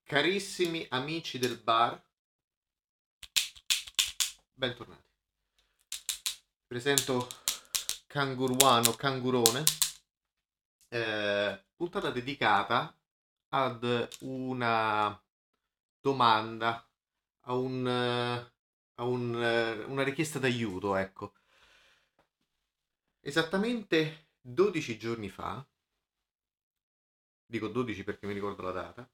Carissimi amici del bar, bentornati. Presento Canguruano Cangurone, puntata dedicata ad una domanda, una richiesta d'aiuto, ecco. Esattamente 12 giorni fa, dico 12 perché mi ricordo la data,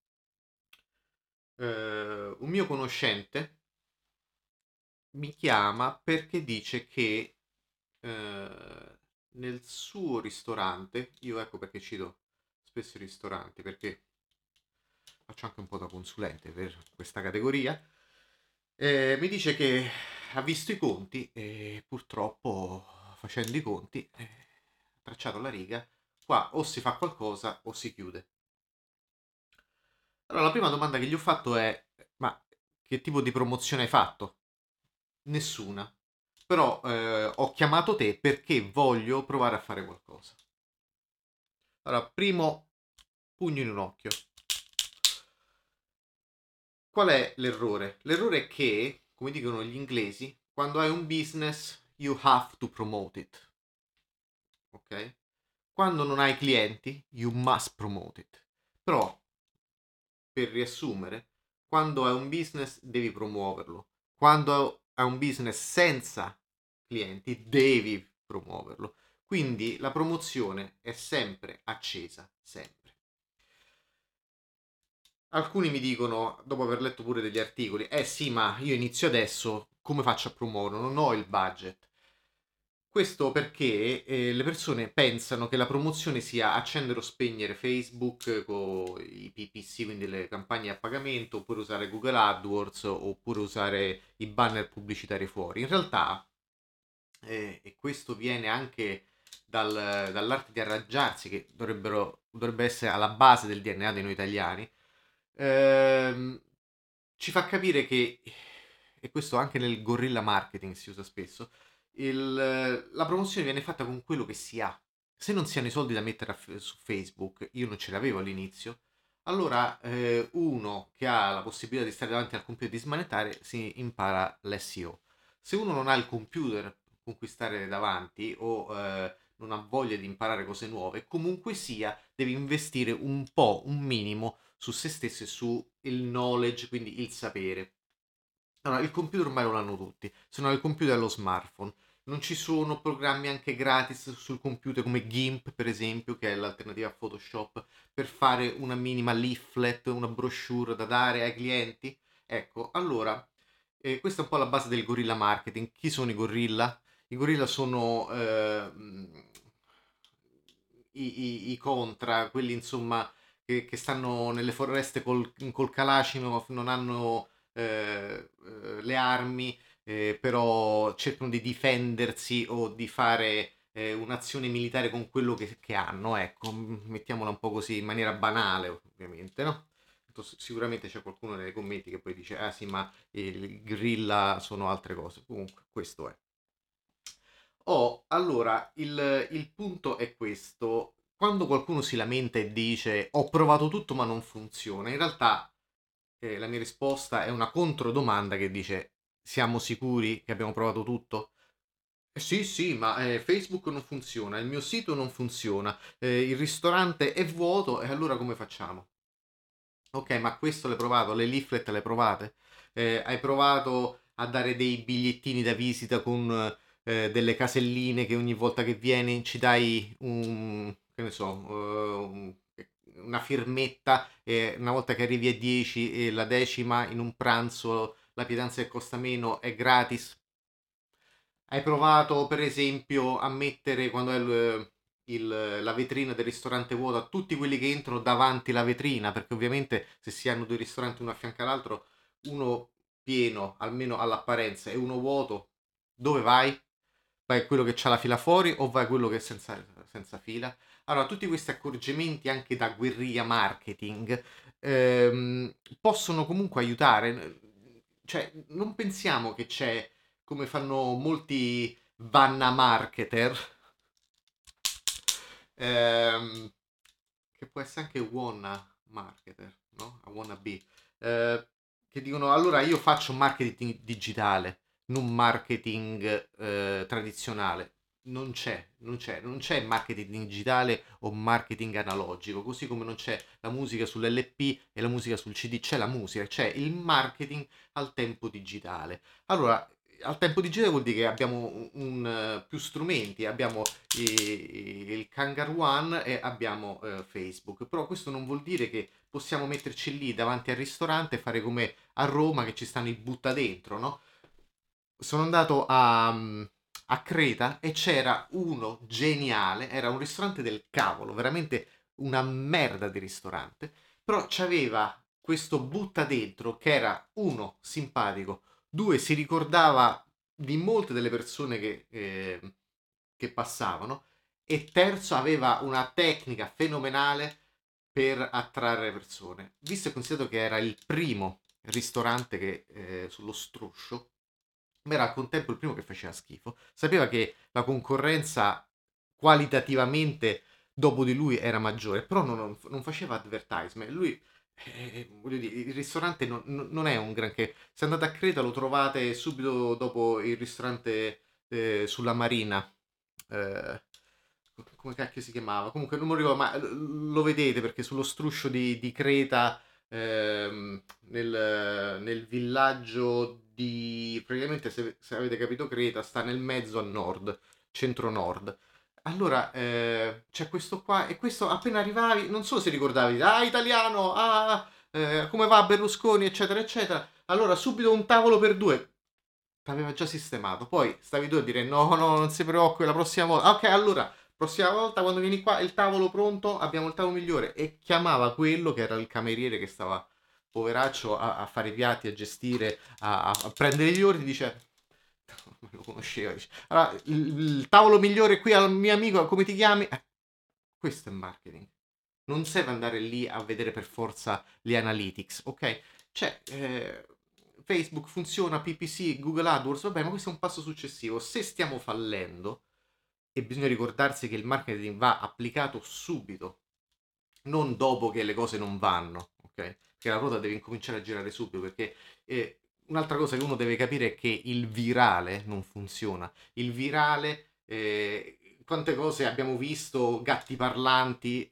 un mio conoscente mi chiama perché dice che nel suo ristorante, io ecco perché cito spesso i ristoranti, perché faccio anche un po' da consulente per questa categoria, mi dice che ha visto i conti e purtroppo facendo i conti, ha tracciato la riga, qua o si fa qualcosa o si chiude. Allora la prima domanda che gli ho fatto è, ma che tipo di promozione hai fatto? Nessuna. Però ho chiamato te perché voglio provare a fare qualcosa. Allora, primo pugno in un occhio. Qual è l'errore? L'errore è che, come dicono gli inglesi, quando hai un business, you have to promote it. Ok? Quando non hai clienti, you must promote it. Però, per riassumere, quando hai un business devi promuoverlo. Quando hai un business senza clienti devi promuoverlo. Quindi la promozione è sempre accesa, sempre. Alcuni mi dicono, dopo aver letto pure degli articoli, eh sì, ma io inizio adesso, come faccio a promuovere? Non ho il budget. Questo perché le persone pensano che la promozione sia accendere o spegnere Facebook con i PPC, quindi le campagne a pagamento, oppure usare Google AdWords, oppure usare i banner pubblicitari fuori. In realtà, e questo viene anche dall'arte di arrangiarsi, che dovrebbe essere alla base del DNA dei noi italiani, ehm, ci fa capire che, e questo anche nel guerrilla marketing si usa spesso, la promozione viene fatta con quello che si ha. Se non si hanno i soldi da mettere su Facebook, io non ce l'avevo all'inizio, allora uno che ha la possibilità di stare davanti al computer e di smanettare si impara l'SEO. Se uno non ha il computer con cui stare davanti o non ha voglia di imparare cose nuove, comunque sia, deve investire un po', un minimo su se stesso e su il knowledge, quindi il sapere. Allora, il computer ormai lo hanno tutti, se no il computer è lo smartphone. Non ci sono programmi anche gratis sul computer come GIMP, per esempio, che è l'alternativa a Photoshop, per fare una minima leaflet, una brochure da dare ai clienti? Ecco, allora, questa è un po' la base del gorilla marketing. Chi sono i gorilla? I gorilla sono i contra, quelli insomma che stanno nelle foreste col Kalashnikov, non hanno le armi, però cercano di difendersi o di fare un'azione militare con quello che hanno, ecco, mettiamola un po' così in maniera banale, ovviamente, no? Sicuramente c'è qualcuno nei commenti che poi dice, ah sì, ma il grilla sono altre cose. Comunque, questo è. Oh, allora, il punto è questo. Quando qualcuno si lamenta e dice ho provato tutto ma non funziona, in realtà la mia risposta è una controdomanda che dice siamo sicuri che abbiamo provato tutto? Sì, sì, ma Facebook non funziona, il mio sito non funziona, il ristorante è vuoto e allora come facciamo? Ok, ma questo l'hai provato? Le leaflet le hai provate? Hai provato a dare dei bigliettini da visita con delle caselline che ogni volta che vieni ci dai che ne so, una firmetta e una volta che arrivi a 10 e la decima in un pranzo la pietanza che costa meno è gratis? Hai provato per esempio a mettere quando è la vetrina del ristorante vuota a tutti quelli che entrano davanti la vetrina? Perché ovviamente se si hanno due ristoranti uno a fianco all'altro, uno pieno almeno all'apparenza e uno vuoto, dove vai? Vai a quello che c'ha la fila fuori o vai a quello che è senza fila? Allora, tutti questi accorgimenti anche da guerriglia marketing possono comunque aiutare. Cioè, non pensiamo che c'è, come fanno molti vanna marketer, ehm, che può essere anche wanna marketer, no? wannabe, che dicono allora io faccio marketing digitale, non marketing tradizionale. Non c'è marketing digitale o marketing analogico, così come non c'è la musica sull'LP e la musica sul CD, c'è la musica, c'è il marketing al tempo digitale. Allora, al tempo digitale vuol dire che abbiamo più strumenti, abbiamo il Kangaroo One e abbiamo Facebook, però questo non vuol dire che possiamo metterci lì davanti al ristorante e fare come a Roma che ci stanno i butta dentro, no? Sono andato a Creta e c'era uno geniale, era un ristorante del cavolo, veramente una merda di ristorante, però c'aveva questo butta dentro che era uno simpatico, due si ricordava di molte delle persone che passavano e terzo aveva una tecnica fenomenale per attrarre persone. Visto e considerato che era il primo ristorante che sullo struscio, ma era al contempo il primo che faceva schifo, sapeva che la concorrenza qualitativamente dopo di lui era maggiore, però non faceva advertisement. Lui, voglio dire, il ristorante non è un granché. Se andate a Creta lo trovate subito dopo il ristorante sulla Marina. Eh, come cacchio si chiamava? Comunque non mi ricordo, ma lo vedete perché sullo struscio di Creta nel villaggio di praticamente se avete capito Creta sta nel mezzo a nord, centro-nord. Allora c'è questo qua e questo appena arrivavi non solo si ricordavi italiano, come va Berlusconi eccetera eccetera, allora subito un tavolo per due t'aveva già sistemato, poi stavi tu a dire no no non si preoccupi la prossima volta. Ah, ok, allora prossima volta quando vieni qua il tavolo pronto, abbiamo il tavolo migliore e chiamava quello che era il cameriere che stava poveraccio a fare i piatti, a gestire, a prendere gli ordini, dice me lo conosceva, dice allora il tavolo migliore qui al mio amico, come ti chiami? Questo è marketing. Non serve andare lì a vedere per forza le analytics, ok? Cioè, Facebook funziona, PPC, Google AdWords, vabbè, ma questo è un passo successivo. Se stiamo fallendo, e bisogna ricordarsi che il marketing va applicato subito, non dopo che le cose non vanno, ok? Che la ruota deve incominciare a girare subito, perché un'altra cosa che uno deve capire è che il virale non funziona. Il virale, quante cose abbiamo visto, gatti parlanti,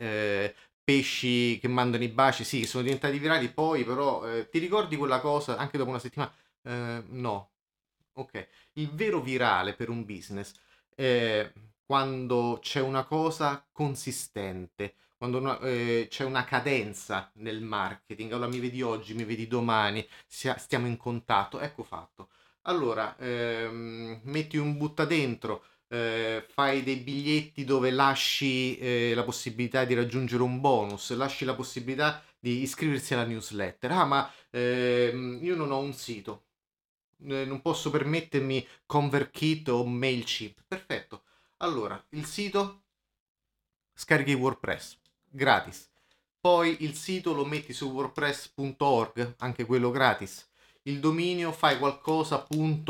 pesci che mandano i baci, sì, sono diventati virali, poi però ti ricordi quella cosa anche dopo una settimana? No. Ok. Il vero virale per un business è quando c'è una cosa consistente, quando c'è una cadenza nel marketing. Allora mi vedi oggi, mi vedi domani, stiamo in contatto, ecco fatto. Allora, metti un butta dentro, fai dei biglietti dove lasci la possibilità di raggiungere un bonus, lasci la possibilità di iscriversi alla newsletter. Ah, ma io non ho un sito, non posso permettermi ConvertKit o Mailchimp. Perfetto. Allora, il sito scarichi WordPress gratis. Poi il sito lo metti su wordpress.org, anche quello gratis. Il dominio fai qualcosa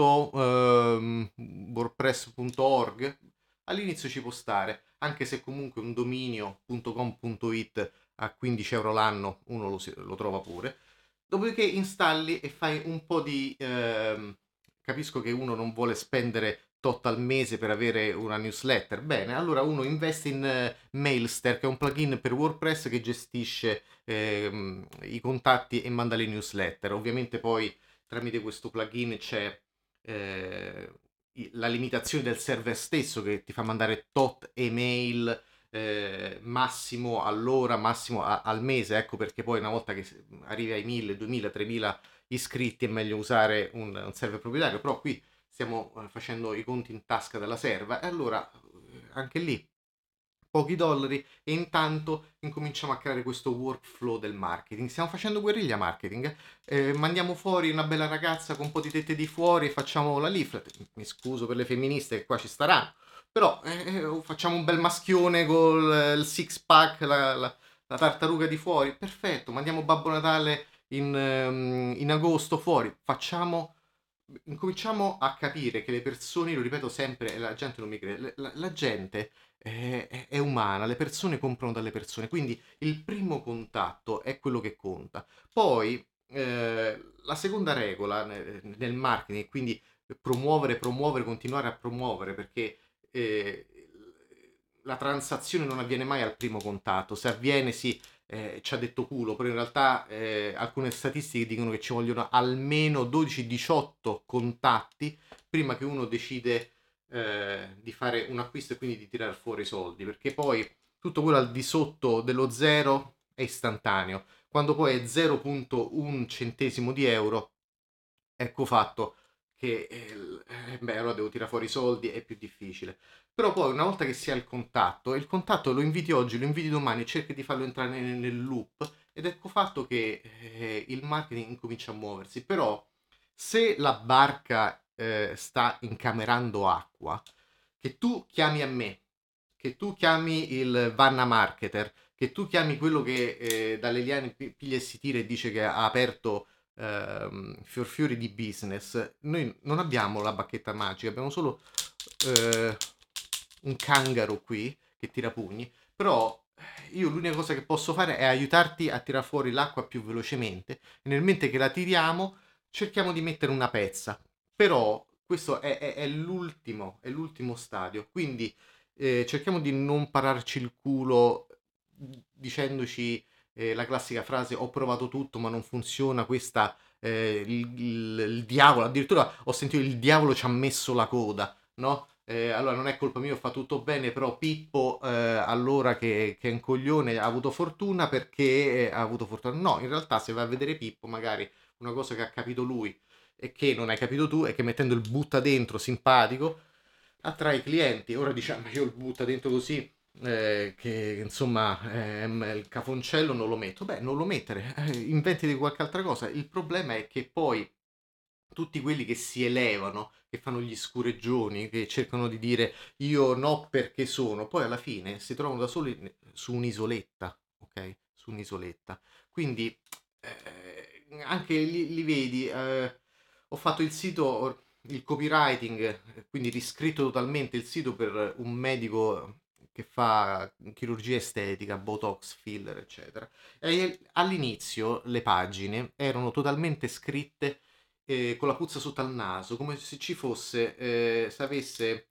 .wordpress.org. All'inizio ci può stare, anche se comunque un dominio.com.it a 15 euro l'anno uno lo trova pure. Dopodiché installi e fai un po' di... capisco che uno non vuole spendere tot al mese per avere una newsletter. Bene, allora uno investe in Mailster, che è un plugin per WordPress che gestisce i contatti e manda le newsletter. Ovviamente poi tramite questo plugin c'è eh, la limitazione del server stesso che ti fa mandare tot email massimo all'ora, massimo al mese. Ecco perché poi una volta che arrivi ai 1000, 2000, 3000 iscritti è meglio usare un server proprietario, però qui stiamo facendo i conti in tasca della serva e allora anche lì pochi dollari e intanto incominciamo a creare questo workflow del marketing. Stiamo facendo guerriglia marketing, mandiamo fuori una bella ragazza con un po' di tette di fuori e facciamo la leaflet. Mi scuso per le femministe che qua ci staranno, però facciamo un bel maschione con il six pack, la tartaruga di fuori, perfetto, mandiamo Babbo Natale in agosto fuori, facciamo incominciamo a capire che le persone, lo ripeto sempre e la gente non mi crede, la gente è umana, le persone comprano dalle persone, quindi il primo contatto è quello che conta. Poi la seconda regola nel marketing, quindi promuovere, promuovere, continuare a promuovere, perché la transazione non avviene mai al primo contatto, se avviene sì, ci ha detto culo, però in realtà alcune statistiche dicono che ci vogliono almeno 12-18 contatti prima che uno decide di fare un acquisto e quindi di tirare fuori i soldi, perché poi tutto quello al di sotto dello zero è istantaneo, quando poi è 0,1 centesimo di euro, ecco fatto che beh, allora devo tirare fuori i soldi, è più difficile. Però poi una volta che si ha il contatto lo inviti oggi, lo inviti domani, cerchi di farlo entrare nel loop ed ecco fatto che il marketing incomincia a muoversi. Però se la barca sta incamerando acqua, che tu chiami a me, che tu chiami il Vanna Marketer, che tu chiami quello che dalle liane piglia e si tira e dice che ha aperto fior fiori di business, noi non abbiamo la bacchetta magica, abbiamo solo eh, un cangaro qui che tira pugni, però io l'unica cosa che posso fare è aiutarti a tirare fuori l'acqua più velocemente e nel mentre che la tiriamo cerchiamo di mettere una pezza, però questo è l'ultimo stadio, quindi cerchiamo di non pararci il culo dicendoci la classica frase ho provato tutto ma non funziona, questa il diavolo, addirittura ho sentito il diavolo ci ha messo la coda, no? Allora non è colpa mia, ho fatto tutto bene, però Pippo allora che è un coglione ha avuto fortuna perché ha avuto fortuna. No, in realtà se vai a vedere Pippo magari una cosa che ha capito lui e che non hai capito tu è che mettendo il butta dentro simpatico attrae clienti. Ora diciamo io il butta dentro così che insomma il cafoncello non lo metto. Beh, non lo mettere, inventi di qualche altra cosa. Il problema è che poi tutti quelli che si elevano, che fanno gli scureggioni, che cercano di dire io no perché sono, poi alla fine si trovano da soli su un'isoletta, ok? Su un'isoletta. Quindi anche li vedi, ho fatto il sito, il copywriting, quindi riscritto totalmente il sito per un medico che fa chirurgia estetica, botox, filler, eccetera. E all'inizio le pagine erano totalmente scritte con la puzza sotto al naso, come se ci fosse, se avesse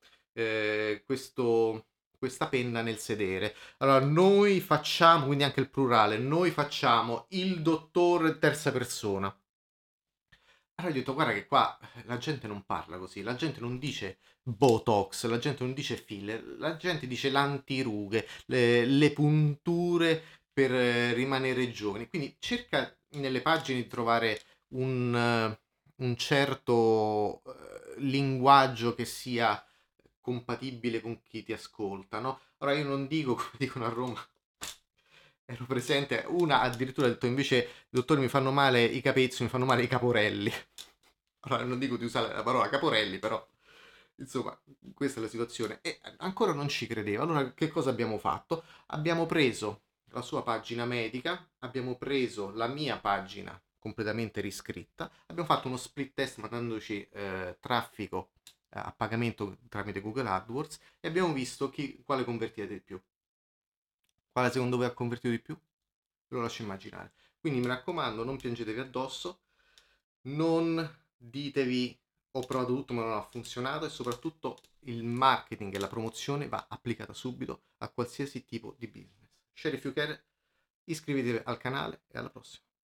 questa penna nel sedere. Allora, noi facciamo, quindi anche il plurale, noi facciamo il dottore terza persona. Allora gli ho detto, guarda che qua la gente non parla così, la gente non dice Botox, la gente non dice filler, la gente dice l'antirughe, le punture per rimanere giovani. Quindi cerca nelle pagine di trovare un certo linguaggio che sia compatibile con chi ti ascolta, no? Ora io non dico, come dicono a Roma, ero presente, una addirittura ha detto invece, dottori mi fanno male i capezzoli, mi fanno male i caporelli. Allora non dico di usare la parola caporelli, però insomma questa è la situazione. E ancora non ci credeva. Allora che cosa abbiamo fatto? Abbiamo preso la sua pagina medica, abbiamo preso la mia pagina completamente riscritta, abbiamo fatto uno split test mandandoci traffico a pagamento tramite Google AdWords e abbiamo visto quale convertiva di più. Quale secondo voi ha convertito di più? Ve lo lascio immaginare. Quindi mi raccomando, non piangetevi addosso, non ditevi ho provato tutto ma non ha funzionato e soprattutto il marketing e la promozione va applicata subito a qualsiasi tipo di business. Share if you care, iscrivetevi al canale e alla prossima.